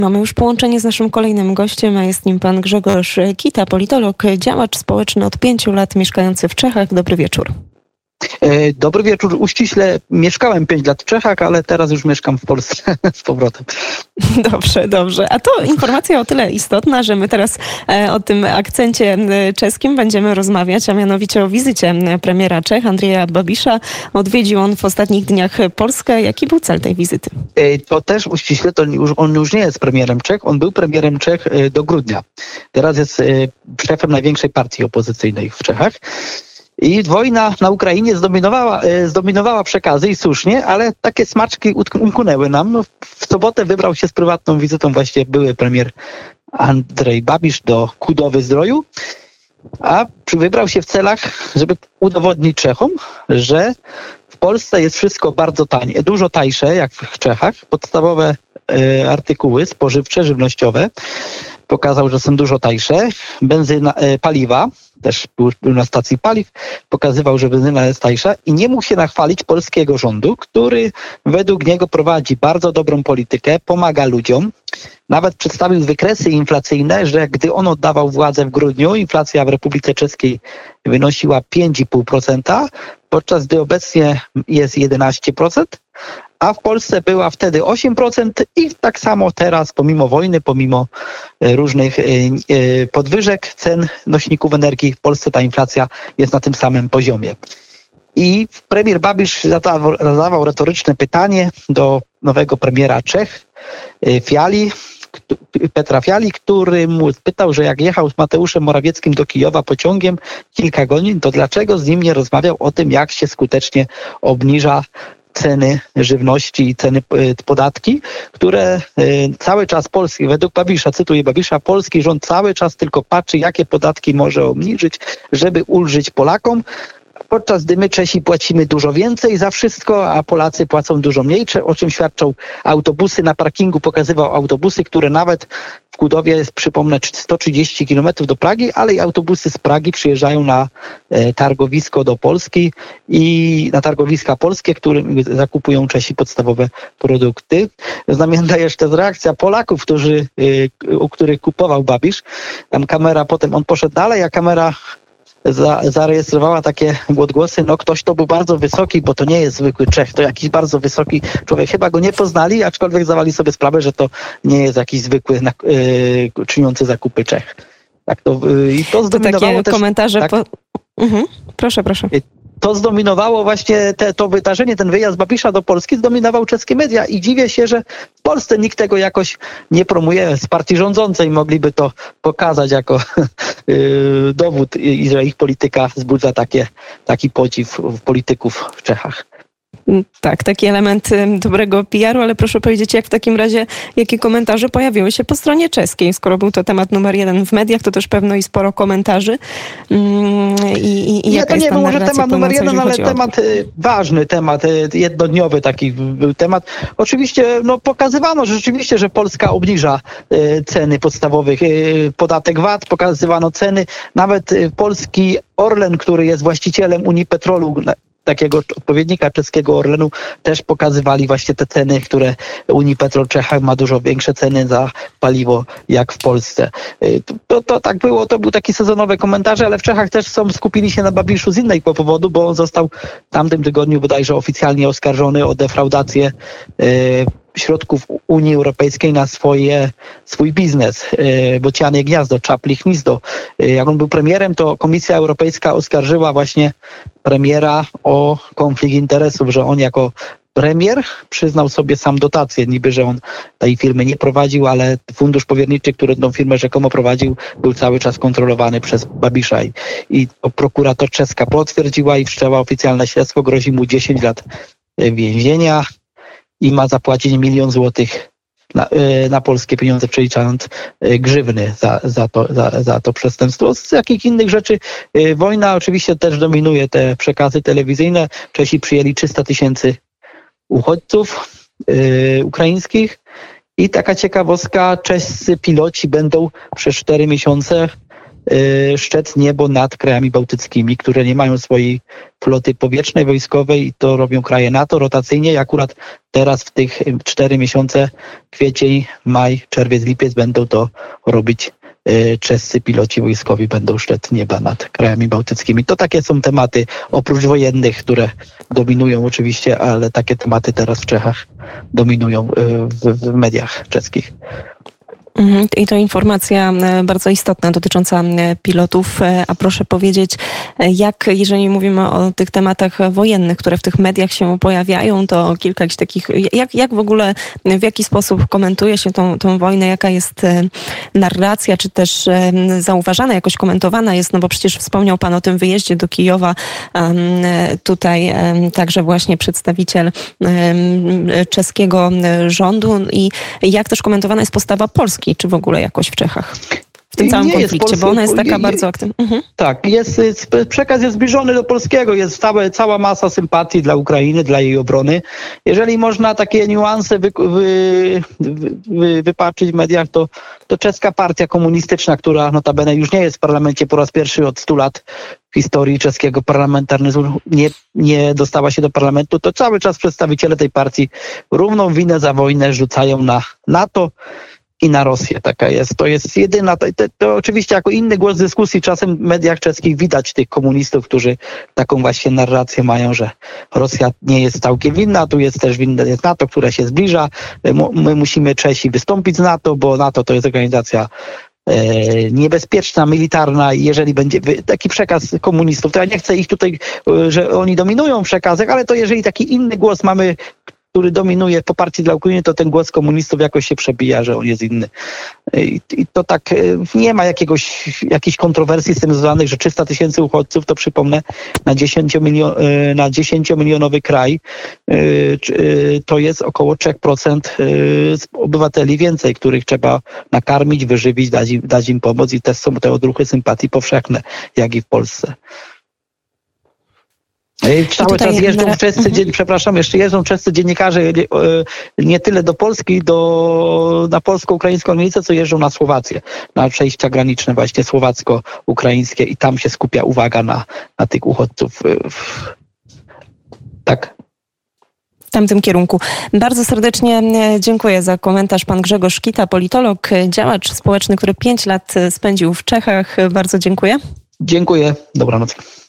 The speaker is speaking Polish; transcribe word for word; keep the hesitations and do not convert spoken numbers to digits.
Mamy już połączenie z naszym kolejnym gościem, a jest nim pan Grzegorz Kita, politolog, działacz społeczny od pięciu lat mieszkający w Czechach. Dobry wieczór. Dobry wieczór. Uściśle mieszkałem pięć lat w Czechach, ale teraz już mieszkam w Polsce z powrotem. Dobrze, dobrze. A to informacja o tyle istotna, że my teraz o tym akcencie czeskim będziemy rozmawiać, a mianowicie o wizycie premiera Czech, Andrzeja Babisza. Odwiedził on w ostatnich dniach Polskę. Jaki był cel tej wizyty? To też uściśle, to już, on już nie jest premierem Czech, on był premierem Czech do grudnia. Teraz jest szefem największej partii opozycyjnej w Czechach. I wojna na Ukrainie zdominowała, zdominowała przekazy i słusznie, ale takie smaczki umknęły nam. W sobotę wybrał się z prywatną wizytą właśnie były premier Andrzej Babiš do Kudowy-Zdroju, a wybrał się w celach, żeby udowodnić Czechom, że w Polsce jest wszystko bardzo tanie, dużo tańsze jak w Czechach. Podstawowe e, artykuły spożywcze, żywnościowe pokazał, że są dużo tańsze. Benzyna, e, paliwa, też był, był na stacji paliw, pokazywał, że benzyna jest tańsza i nie mógł się nachwalić polskiego rządu, który według niego prowadzi bardzo dobrą politykę, pomaga ludziom. Nawet przedstawił wykresy inflacyjne, że gdy on oddawał władzę w grudniu, inflacja w Republice Czeskiej wynosiła pięć i pół procent, podczas gdy obecnie jest jedenaście procent, a w Polsce była wtedy osiem procent i tak samo teraz, pomimo wojny, pomimo różnych podwyżek cen nośników energii, w Polsce ta inflacja jest na tym samym poziomie. I premier Babiš zadawał, zadawał retoryczne pytanie do nowego premiera Czech, Fiali, Petra Fiali, który mu pytał, że jak jechał z Mateuszem Morawieckim do Kijowa pociągiem kilka godzin, to dlaczego z nim nie rozmawiał o tym, jak się skutecznie obniża ceny żywności i ceny podatki, które cały czas polski, według Babisza, cytuję Babisza, polski rząd cały czas tylko patrzy, jakie podatki może obniżyć, żeby ulżyć Polakom, podczas gdy my Czesi płacimy dużo więcej za wszystko, a Polacy płacą dużo mniej, o czym świadczą autobusy. Na parkingu pokazywał autobusy, które nawet w Kudowie jest, przypomnę, sto trzydzieści kilometrów do Pragi, ale i autobusy z Pragi przyjeżdżają na targowisko do Polski i na targowiska polskie, którym zakupują Czesi podstawowe produkty. Znamienna jeszcze reakcja Polaków, którzy, u których kupował Babiš. Tam kamera, potem on poszedł dalej, a kamera Za, zarejestrowała takie odgłosy, no ktoś to był bardzo wysoki, bo to nie jest zwykły Czech, to jakiś bardzo wysoki człowiek. Chyba go nie poznali, aczkolwiek zdawali sobie sprawę, że to nie jest jakiś zwykły yy, czyniący zakupy Czech. Tak to, yy, i to zdominowało to takie też, komentarze. Tak, po... mhm. Proszę, proszę. To zdominowało właśnie te, to wydarzenie, ten wyjazd Babisza do Polski zdominował czeskie media i dziwię się, że w Polsce nikt tego jakoś nie promuje. Z partii rządzącej mogliby to pokazać jako yy, dowód, i że ich polityka wzbudza takie, taki podziw w polityków w Czechach. Tak, taki element dobrego P R u, ale proszę powiedzieć, jak w takim razie, jakie komentarze pojawiły się po stronie czeskiej? Skoro był to temat numer jeden w mediach, to też pewno i sporo komentarzy. I, i, i nie, to nie był może temat numer jeden, ale temat, o... ważny temat, jednodniowy taki był temat. Oczywiście no, pokazywano że rzeczywiście, że Polska obniża ceny podstawowych. Podatek V A T, pokazywano ceny. Nawet polski Orlen, który jest właścicielem Unipetrolu, takiego odpowiednika czeskiego Orlenu, też pokazywali właśnie te ceny, które Unipetrol w Czechach ma dużo większe ceny za paliwo jak w Polsce. To, to tak było, to był taki sezonowy komentarz, ale w Czechach też są, skupili się na Babiszu z innego powodu, bo on został w tamtym tygodniu bodajże oficjalnie oskarżony o defraudację yy, środków Unii Europejskiej na swoje, swój biznes. Bocianie Gniazdo, Czapli Gniezdo. Jak on był premierem, to Komisja Europejska oskarżyła właśnie premiera o konflikt interesów, że on jako premier przyznał sobie sam dotację, niby, że on tej firmy nie prowadził, ale fundusz powierniczy, który tą firmę rzekomo prowadził, był cały czas kontrolowany przez Babisza. I, i prokurator czeska potwierdziła i wszczęła oficjalne śledztwo, grozi mu dziesięć lat więzienia i ma zapłacić milion złotych na, na polskie pieniądze, przeliczając grzywny za, za, to, za, za to przestępstwo. Z jakich innych rzeczy? Wojna oczywiście też dominuje te przekazy telewizyjne. Czesi przyjęli trzysta tysięcy uchodźców yy, ukraińskich i taka ciekawostka, czescy piloci będą przez cztery miesiące szczec niebo nad krajami bałtyckimi, które nie mają swojej floty powietrznej, wojskowej i to robią kraje NATO rotacyjnie i akurat teraz w tych cztery miesiące, kwiecień, maj, czerwiec, lipiec będą to robić czescy piloci wojskowi, będą szczec nieba nad krajami bałtyckimi. To takie są tematy oprócz wojennych, które dominują oczywiście, ale takie tematy teraz w Czechach dominują w, w mediach czeskich. I to informacja bardzo istotna dotycząca pilotów. A proszę powiedzieć, jak, jeżeli mówimy o tych tematach wojennych, które w tych mediach się pojawiają, to kilka jakichś takich, jak, jak w ogóle, w jaki sposób komentuje się tą, tą wojnę, jaka jest narracja, czy też zauważana, jakoś komentowana jest, no bo przecież wspomniał Pan o tym wyjeździe do Kijowa, tutaj także właśnie przedstawiciel czeskiego rządu i jak też komentowana jest postawa Polski, czy w ogóle jakoś w Czechach? W tym całym konflikcie, Polsce, bo ona jest taka nie, bardzo aktywna. Mhm. Tak, jest, jest, przekaz jest zbliżony do polskiego, jest całe, cała masa sympatii dla Ukrainy, dla jej obrony. Jeżeli można takie niuanse wy, wy, wy, wypaczyć w mediach, to, to czeska partia komunistyczna, która notabene już nie jest w parlamencie po raz pierwszy od stu lat w historii czeskiego parlamentaryzmu, nie, nie dostała się do parlamentu, to cały czas przedstawiciele tej partii równą winę za wojnę rzucają na NATO i na Rosję. Taka jest. To jest jedyna, to, to, to oczywiście jako inny głos dyskusji czasem w mediach czeskich widać tych komunistów, którzy taką właśnie narrację mają, że Rosja nie jest całkiem winna, tu jest też winne jest NATO, które się zbliża, my, my musimy Czesi wystąpić z NATO, bo NATO to jest organizacja e, niebezpieczna, militarna i jeżeli będzie taki przekaz komunistów, to ja nie chcę ich tutaj, że oni dominują w przekazach, ale to jeżeli taki inny głos mamy, który dominuje poparcie dla Ukrainy, to ten głos komunistów jakoś się przebija, że on jest inny. I, i to tak nie ma jakiegoś, jakichś kontrowersji z tym związanych, że trzysta tysięcy uchodźców, to przypomnę, na dziesięciomilionowy kraj to jest około trzy procent obywateli więcej, których trzeba nakarmić, wyżywić, dać im, dać im pomoc i też są te odruchy sympatii powszechne, jak i w Polsce. Cały czas jeżdżą na... czescy, mhm. przepraszam, jeszcze jeżdżą czescy dziennikarze nie tyle do Polski, do, na polsko-ukraińską granicę, co jeżdżą na Słowację, na przejścia graniczne właśnie słowacko-ukraińskie i tam się skupia uwaga na, na tych uchodźców. Tak. W tamtym kierunku. Bardzo serdecznie dziękuję za komentarz. Pan Grzegorz Kita, politolog, działacz społeczny, który pięć lat spędził w Czechach. Bardzo dziękuję. Dziękuję. Dobranoc.